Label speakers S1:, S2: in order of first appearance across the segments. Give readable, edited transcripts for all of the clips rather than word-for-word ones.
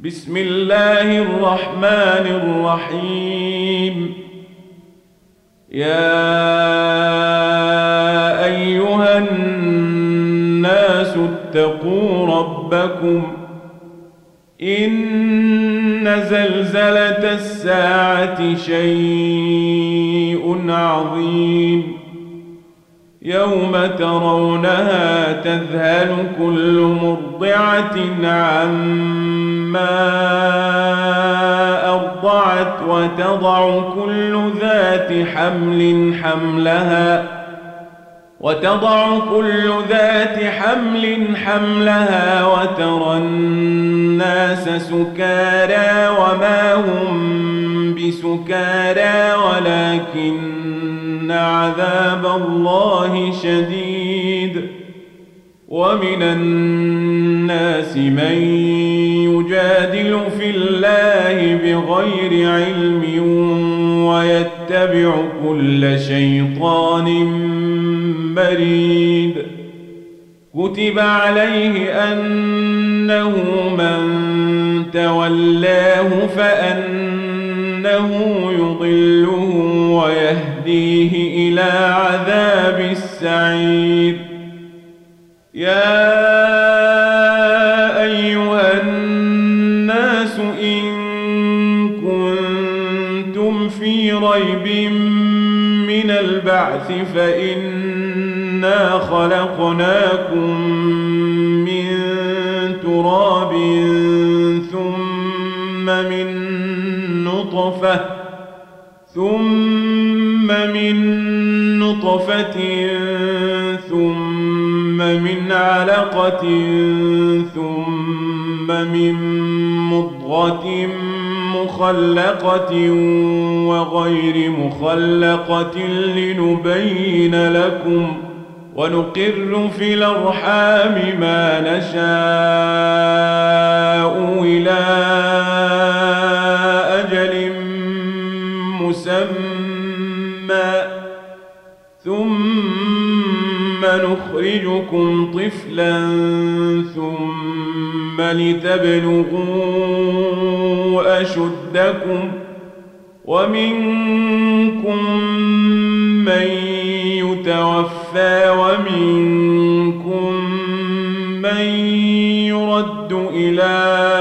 S1: بسم الله الرحمن الرحيم. يا أيها الناس اتقوا ربكم إن زلزلة الساعة شيء عظيم يوم ترونها تذهل كل مرضعة عما أرضعت وتضع كل ذات حمل حملها وترى الناس سكارى وما هم بسكارى ولكن عذاب الله شديد. ومن الناس من يجادل في الله بغير علم ويتبع كل شيطان مريد. كتب عليه أنه من تولاه فأنه يضله ويهديه إلى عذاب السعير. يا أيها الناس إن كنتم في ريب من البعث فإنا خلقناكم من تراب ثم من نطفة ثم من علقة ثم من مضغة مخلقة وغير مخلقة لنبين لكم ونقر في الأرحام ما نشاء إلى أجل مسمى ثم نخرجكم طفلا ثم لتبلغوا أشدكم ومنكم من يتوفى ومنكم من يرد إلى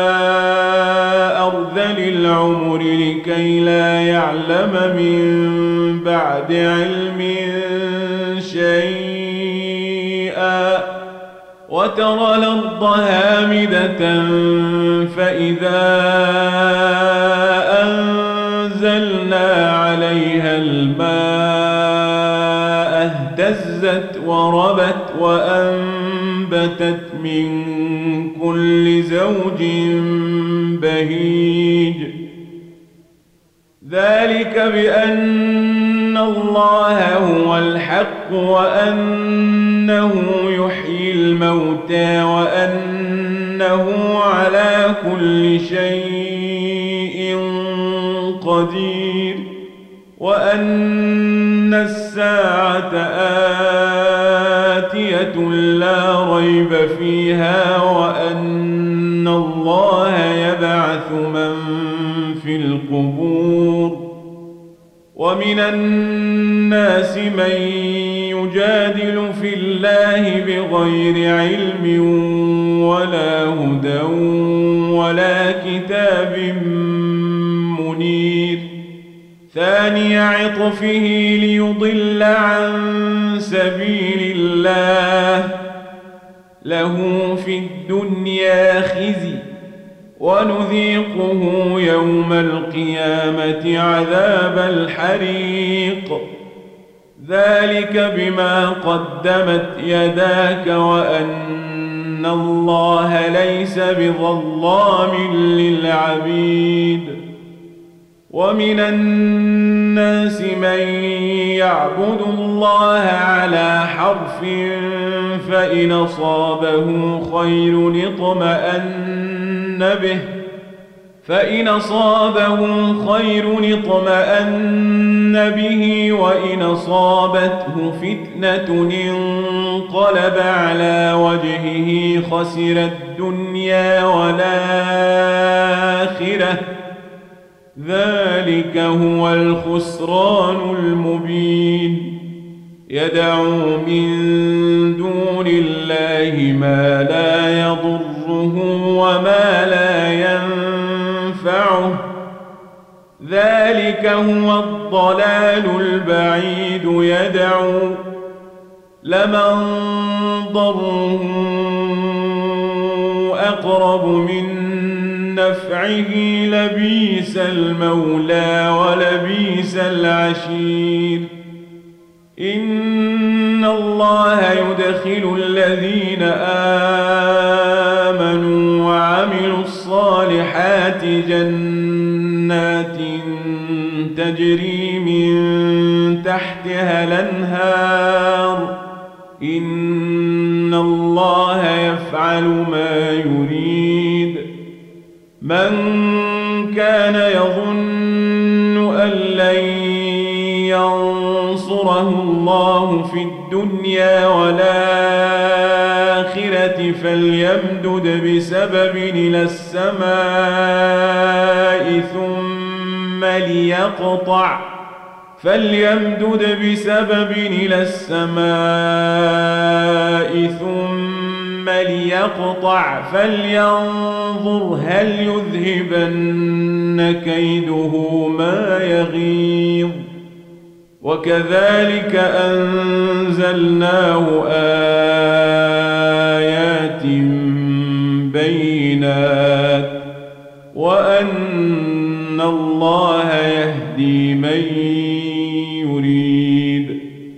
S1: أرذل العمر لكي لا يعلم من بعد علم شيئا. وترى الأرض هامدة فإذا أنزلنا عليها الماء اهتزت وربت وأنبتت من كل زوج بهيج. ذلك بأن الله هو الحق وأنه يحيي الموتى وأنه على كل شيء قدير وأن الساعة آتية لا ريب فيها وأن الله يبعث من في القبور. ومن الناس من يجادل في الله بغير علم ولا هدى ولا كتاب منير. ثاني عطفه ليضل عن سبيل الله له في الدنيا خزي ونذيقه يوم القيامة عذاب الحريق. ذلك بما قدمت يداك وأن الله ليس بظلام للعبيد. ومن الناس من يعبد الله على حرف فإن أصابه خير اطمأن به وإن أصابته فتنة انقلب على وجهه خسر الدنيا والآخرة الآخرة ذلك هو الخسران المبين يدعو من دون الله ما لا يضره وما لا ينفعه ذلك هو الضلال البعيد يدعو لمن ضره أقرب من نفعه لبئس المولى ولبئس العشير إن الله يدخل الذين آمنوا وعملوا الصالحات جنات تجري من تحتها الأنهار إن الله يفعل ما يريد من كان يظن أن لن ينصره الله في الدنيا والآخرة فليمدد بسبب إلى السماء ثم ليقطع فلينظر هل يذهبن كيده ما يغيظ وكذلك أنزلناه آيات بينات وأن الله يهدي من يريد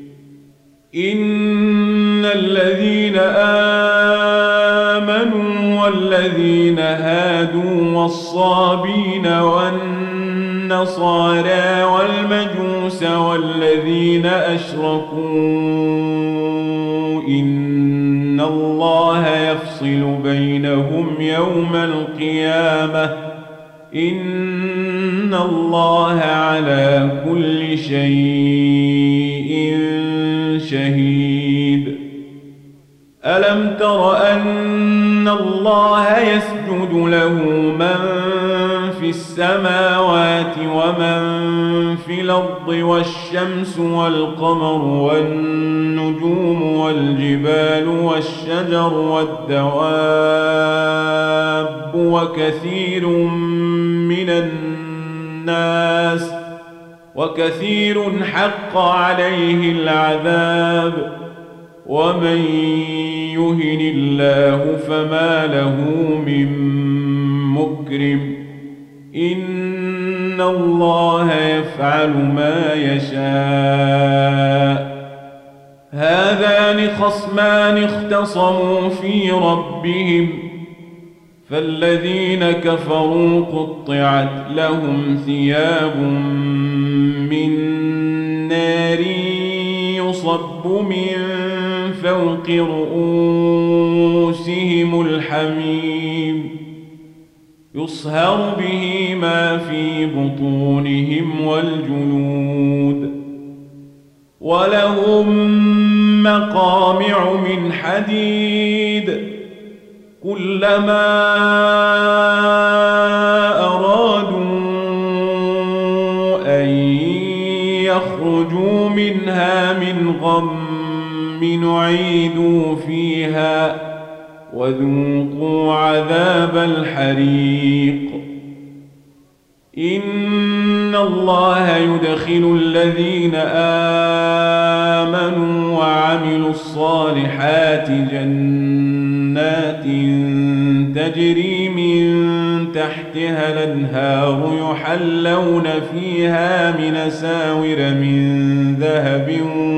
S1: إن الذين آمنوا والذين هادوا والصابين والنصارى والمجوس والذين أشركوا إن الله يفصل بينهم يوم القيامة إن الله على كل شيء شهيد ألم تر أن الله يسجد له من في السماوات ومن في الأرض والشمس والقمر والنجوم والجبال والشجر والدواب وكثير حق عليه العذاب ومن يهن الله فما له من مكرم إن الله يفعل ما يشاء هذان خصمان اختصموا في ربهم فالذين كفروا قطعت لهم ثياب من نار يصب من فوق رؤوسهم الحميم يصهر به ما في بطونهم والجلود ولهم مقامع من حديد كلما أرادوا أن يخرجوا منها من غم نعيدوا فيها وذوقوا عذاب الحريق إن الله يدخل الذين آمنوا وعملوا الصالحات جنات تجري من تحتها الأنهار يحلون فيها من أساور من ذهب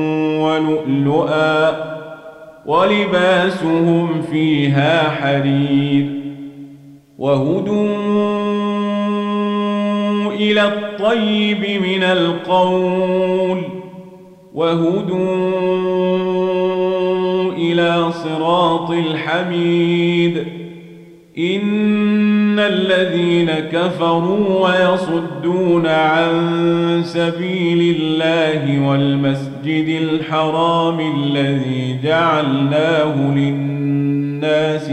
S1: ولؤلؤا ولباسهم فيها حرير وهدوا إلى الطيب من القول وهدوا إلى صراط الحميد إن الذين كفروا ويصدون عن سبيل الله والمسجد الحرام الذي جعلناه للناس الناس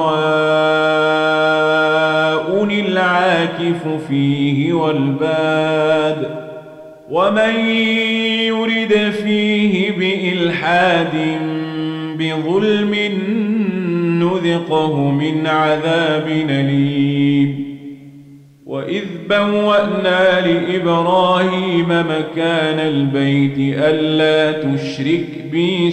S1: سواء العاكف فيه والباد ومن يرد فيه بإلحاد بظلم نذقه من عذاب أليم وإذ بوأنا لإبراهيم مكان البيت ألا تشرك بي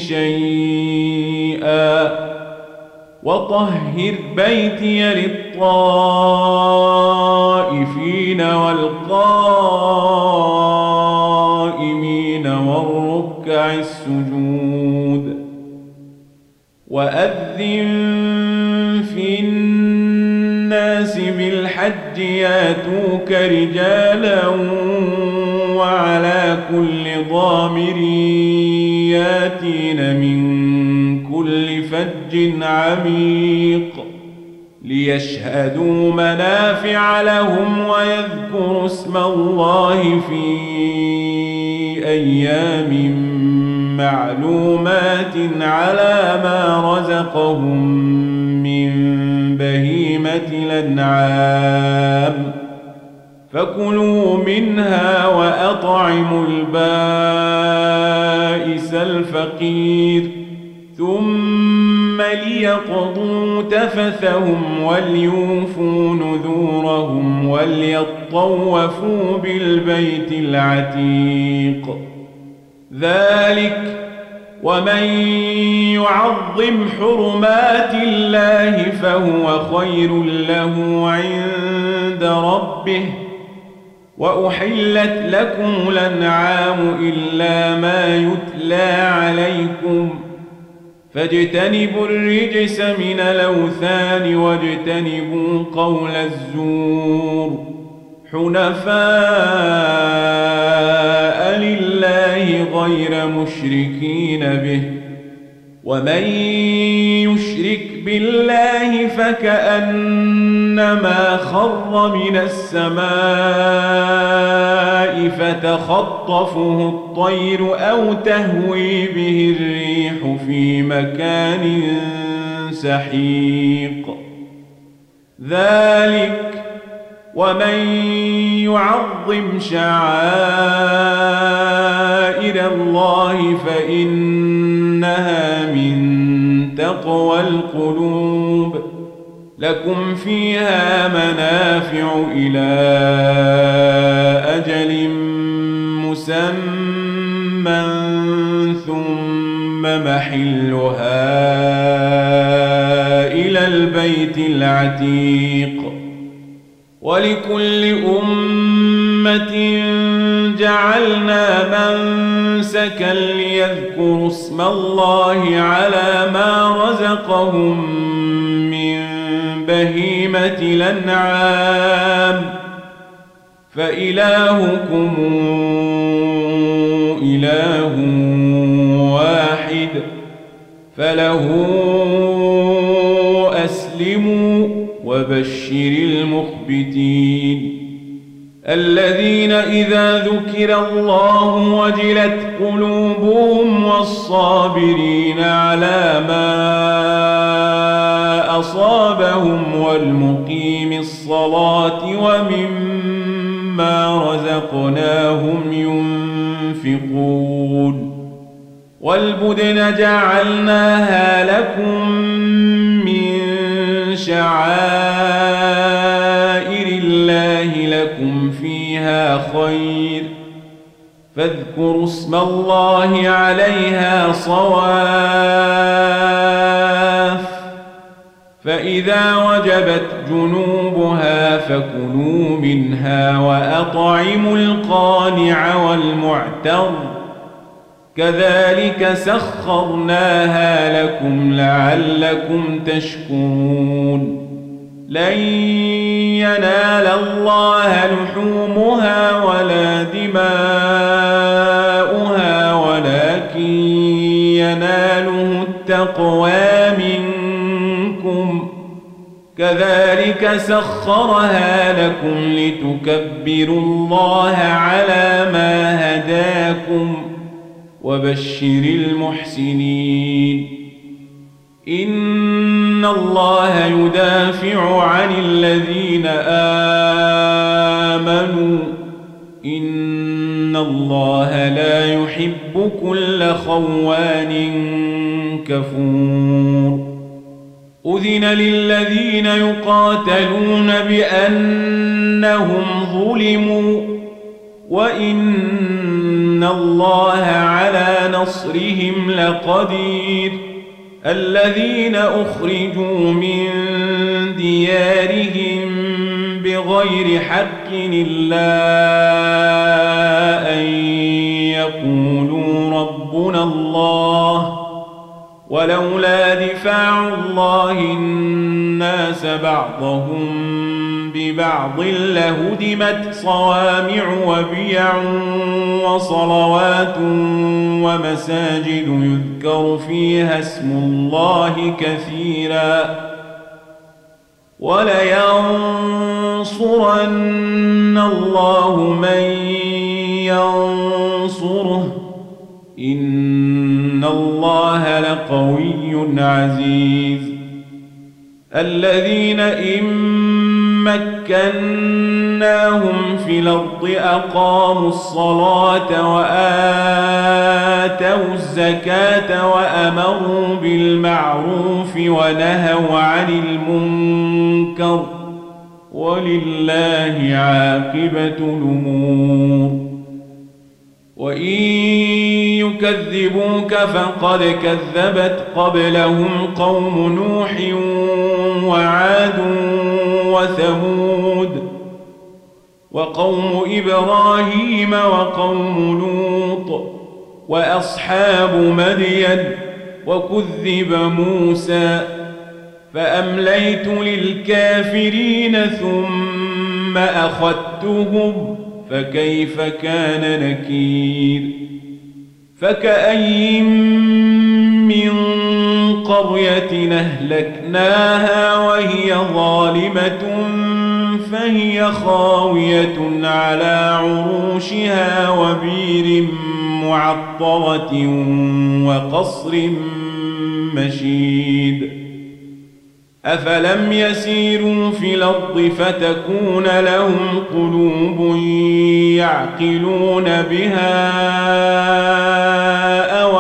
S1: شيئا وطهر بيتي للطائفين والقائمين والركع السجود وأذن في الناس بالحج ياتوك رجالا وعلى كل ضامر ياتين من كل فج عميق ليشهدوا منافع لهم ويذكروا اسم الله في أيام معلومات على ما رزقهم من بهيمة الأنعام فكلوا منها وأطعموا البائس الفقير ثم ليقضوا تفثهم وليوفوا نذورهم وليطوفوا بالبيت العتيق ذلك ومن يعظم حرمات الله فهو خير له عند ربه وأحلت لكم الأنعام إلا ما يتلى عليكم فاجتنبوا الرجس من الأوثان واجتنبوا قول الزور حنفاء لله غير مشركين به ومن يشرك بالله فكأنما خر من السماء فتخطفه الطير أو تهوي به الريح في مكان سحيق ذلك ومن يعظم شعائر الله فإنها من تقوى القلوب لكم فيها منافع إلى أجل مسمى ثم محلها إلى البيت العتيق ولكل أمة جعلنا منسكا ليذكروا اسم الله على ما رزقهم من بهيمة الأنعام فإلهكم إله واحد فله أسلموا وبشر المخبتين الذين إذا ذكر الله وجلت قلوبهم والصابرين على ما أصابهم والمقيم الصلاة ومما رزقناهم ينفقون والبدن جعلناها لكم من شعائر الله لكم فيها خير فاذكروا اسم الله عليها صواف فإذا وجبت جنوبها فكلوا منها وأطعموا القانع والمعتر كذلك سخرناها لكم لعلكم تشكرون لن ينال الله لحومها ولا دماؤها ولكن يناله التقوى منكم كذلك سخرها لكم لتكبروا الله على ما هداكم وبشر المحسنين الله يدافع عن الذين آمنوا إن الله لا يحب كل خوان كفور أذن للذين يقاتلون بأنهم ظلموا وإن الله على نصرهم لقدير الذين أخرجوا من ديارهم بغير حق إلا أن يقولوا ربنا الله ولولا دفاع الله الناس بعضهم ببعض لهدمت صوامع وبيع وصلوات ومساجد يذكر فيها اسم الله كثيرا ولينصرن الله من ينصره إن الله لقوي عزيز الذين إن مكناهم في الأرض أقاموا الصلاة وآتوا الزكاة وأمروا بالمعروف ونهوا عن المنكر ولله عاقبة الأمور وإن يكذبوك فقد كذبت قبلهم قوم نوح وعاد وثمود وقوم إبراهيم وقوم لوط وأصحاب مدين وكذب موسى فأمليت للكافرين ثم أخذتهم فكيف كان نكير فكأي من قرية أهلكناها وهي ظالمة فهي خاوية على عروشها وبير معطرة وقصر مشيد أفلم يسيروا في الأرض فتكون لهم قلوب يعقلون بها أو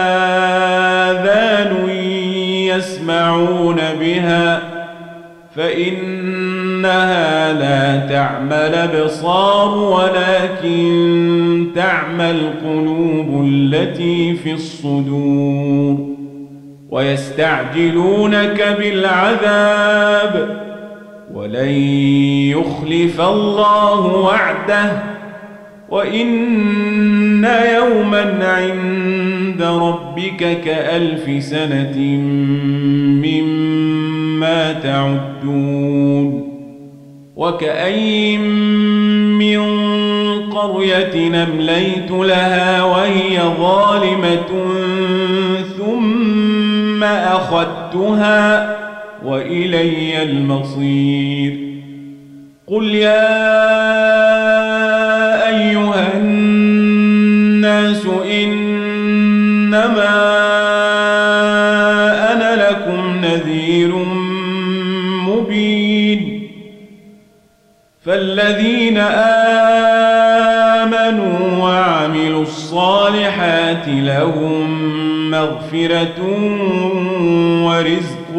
S1: آذان يسمعون بها فإنها لا تعمى الأبصار ولكن تعمى القلوب التي في الصدور ويستعجلونك بالعذاب ولن يخلف الله وعده وإن يوما عند ربك كألف سنة مما تعدون وكأي من قرية أمليت لها وهي ظالمة ثم أخذتها وإلي المصير قل يا أيها الناس إنما أنا لكم نذير مبين فالذين آمنوا وعملوا الصالحات لهم مغفرة ورزق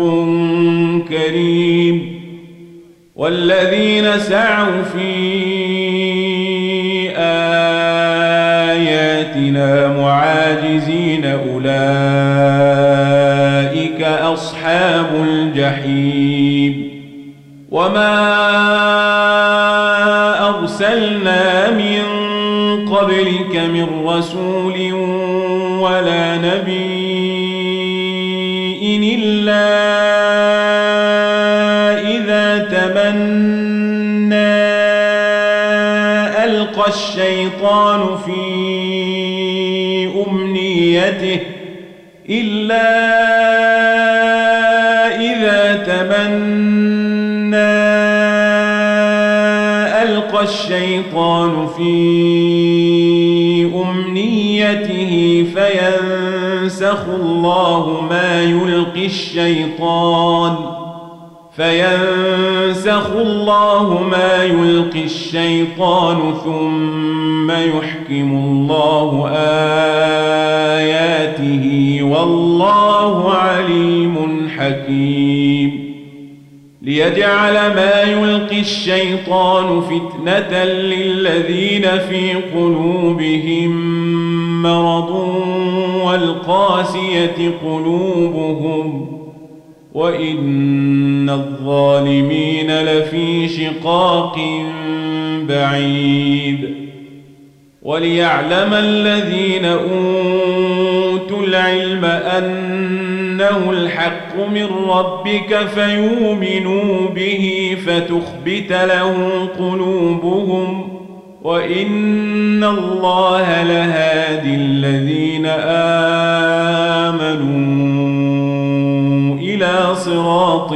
S1: كريم والذين سعوا في آياتنا معاجزين أولئك أصحاب الجحيم وما أرسلنا من قبلك من رسول ولا نبي إلا إذا تمنى ألقى الشيطان في أمنيته فينسخ الله ما يلقي الشيطان ثم يحكم الله آياته والله عليم حكيم ليجعل ما يلقي الشيطان فتنة للذين في قلوبهم مرض والقاسية قلوبهم وإن الظالمين لفي شقاق بعيد وليعلم الذين أوتوا العلم أنه الحق من ربك فيؤمنوا به فتخبت له قلوبهم وإن الله لهادي الذين آمنوا إلى صراط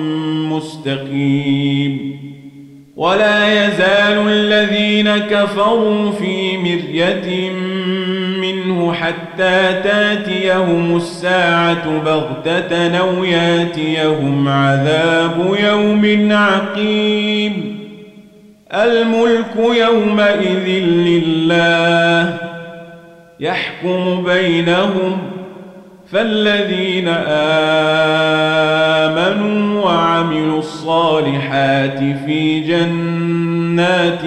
S1: مستقيم ولا يزال الذين كفروا في مرية منه حتى تاتيهم الساعة بغتة أو ياتيهم عذاب يوم عقيم الملك يومئذ لله يحكم بينهم فالذين آمنوا وعملوا الصالحات في جنات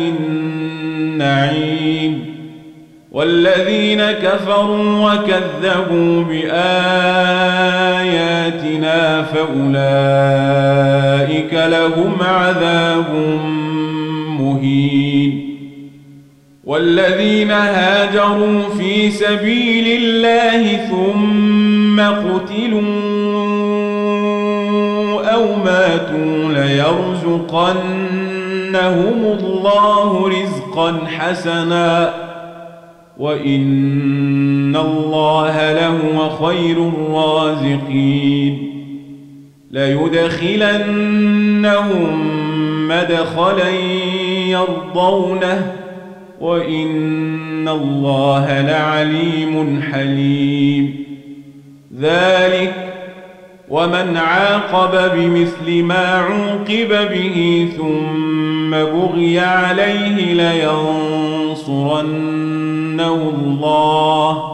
S1: النعيم والذين كفروا وكذبوا بآياتنا فأولئك لهم عذاب مهين والذين هاجروا في سبيل الله ثم قتلوا أو ماتوا ليرزقنهم الله رزقا حسنا وإن الله لهو خير الرازقين ليدخلنهم مدخلا يرضونه وإن الله لعليم حليم ذلك ومن عاقب بمثل ما عوقب به ثم بغي عليه لينصرنه الله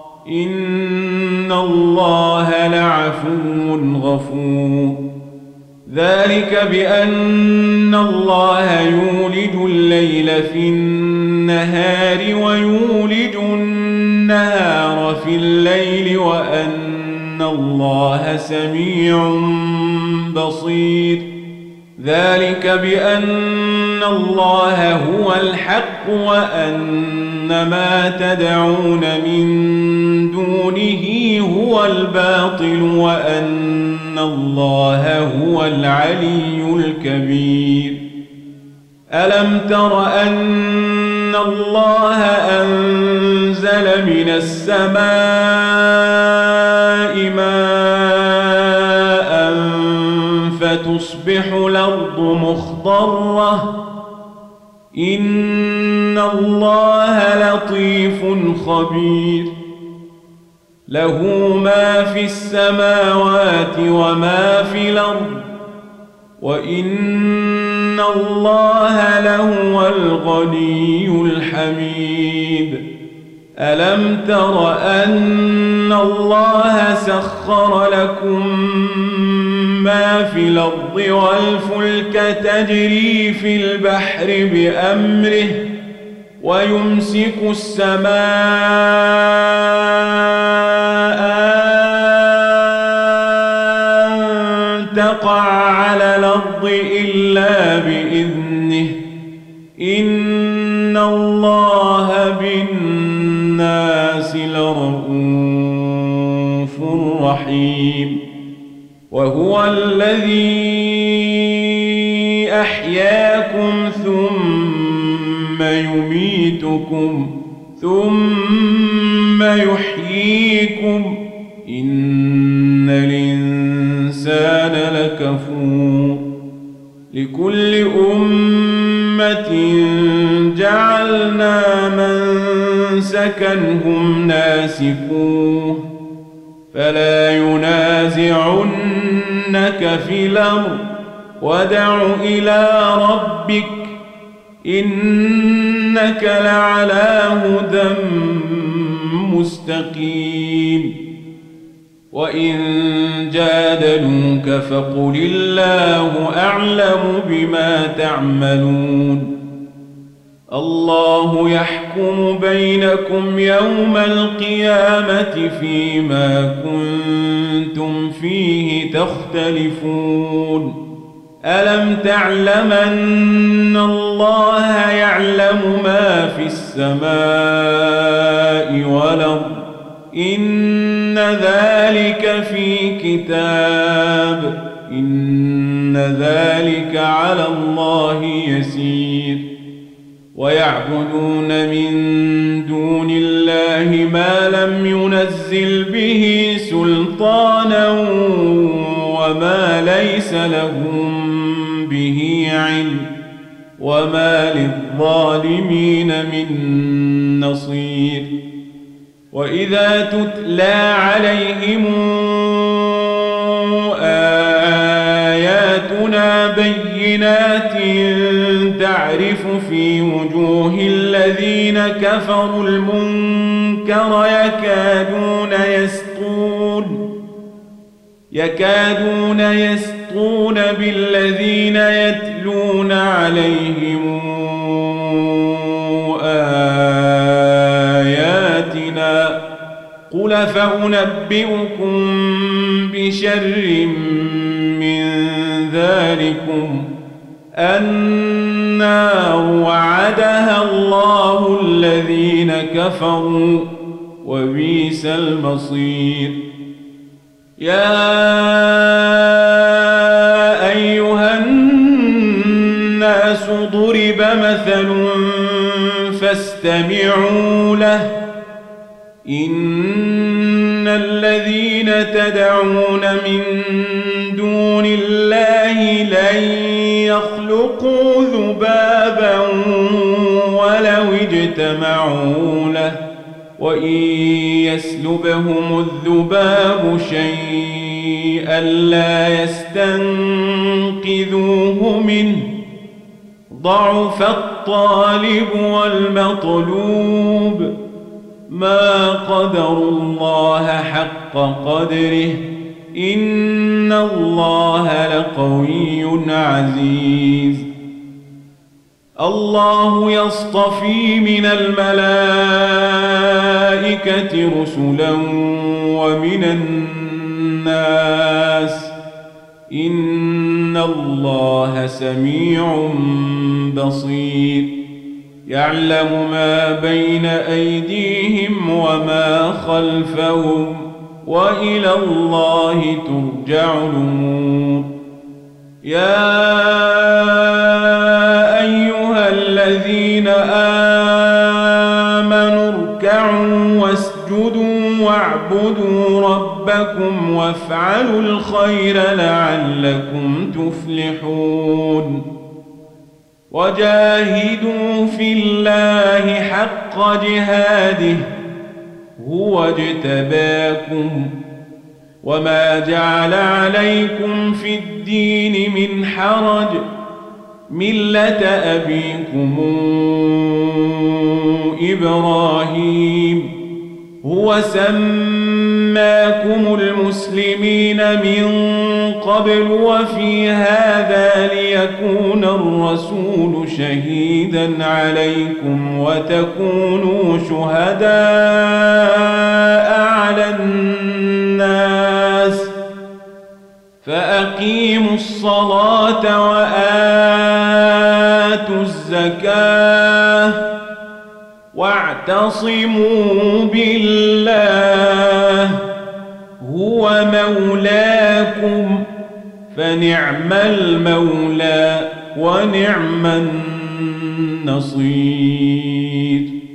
S1: إن الله لعفو غفور ذلك بأن الله يولج الليل في النهار ويولج النهار في الليل وأن الله سميع بصير ذلك بأن الله هو الحق وأن ما تدعون من دونه هو الباطل وأن الله هو العلي الكبير ألم تر أن الله أنزل من السماء ماء فتصبح الأرض مخضرة إن الله لطيف خبير له ما في السماوات وما في الأرض وإن الله لهو الغني الحميد ألم تر أن الله سخر لكم ما في الأرض والفلك تجري في البحر بأمره ويمسك السماء أن تقع على الأرض إلا بإذنه إن الله بالناس لرؤوف رحيم وهو الذي أحياكم ثم يميتكم ثم يحييكم إن الإنسان لكفور لكل أمة جعلنا منسكا هم ناسكوه فلا ينازعنك في الأمر وادع إلى ربك إنك لعلى هدى مستقيم وإن جادلوك فقل الله أعلم بما تعملون الله يحكم بينكم يوم القيامة فيما كنتم فيه تختلفون ألم تعلم أن الله يعلم ما في السماء والأرض إن ذلك في كتاب إن ذلك على الله يسير ويعبدون من دون الله ما لم ينزل به سلطانا وما ليس لهم به علم وما للظالمين من نصير وإذا تتلى عليهم آياتنا بينات تعرف في وجوه الذين كفروا المنكر يكادون يسطون بالذين يتلون عليهم آياتنا قل فأنبئكم بشر من ذلكم النار وعدها الله الذين كفروا وبئس المصير يا أيها الناس ضرب مثل فاستمعوا له إن الذين تدعون من دون الله لن يخلقوا ذبابا ولو اجتمعوا له وإن يسلبهم الذباب شيئا لا يستنقذوه منه ضعف الطالب والمطلوب ما قدروا الله حق قدره إن الله لقوي عزيز الله يصطفي من الملائكة رسلا ومن الناس إن الله سميع بصير يعلم ما بين أيديهم وما خلفهم وإلى الله ترجع الأمور يا أيها الذين آمنوا اركعوا واسجدوا واعبدوا ربكم وافعلوا الخير لعلكم تفلحون وجاهدوا في الله حق جهاده هو اجتباكم وما جعل عليكم في الدين من حرج ملة أبيكم إبراهيم هو سماكم المسلمين من قبل وفي هذا ليكون الرسول شهيدا عليكم وتكونوا شهداء على الناس فأقيموا الصلاة وآتوا الزكاة واعتصموا بالله هو مولاكم فنعم المولى ونعم النصير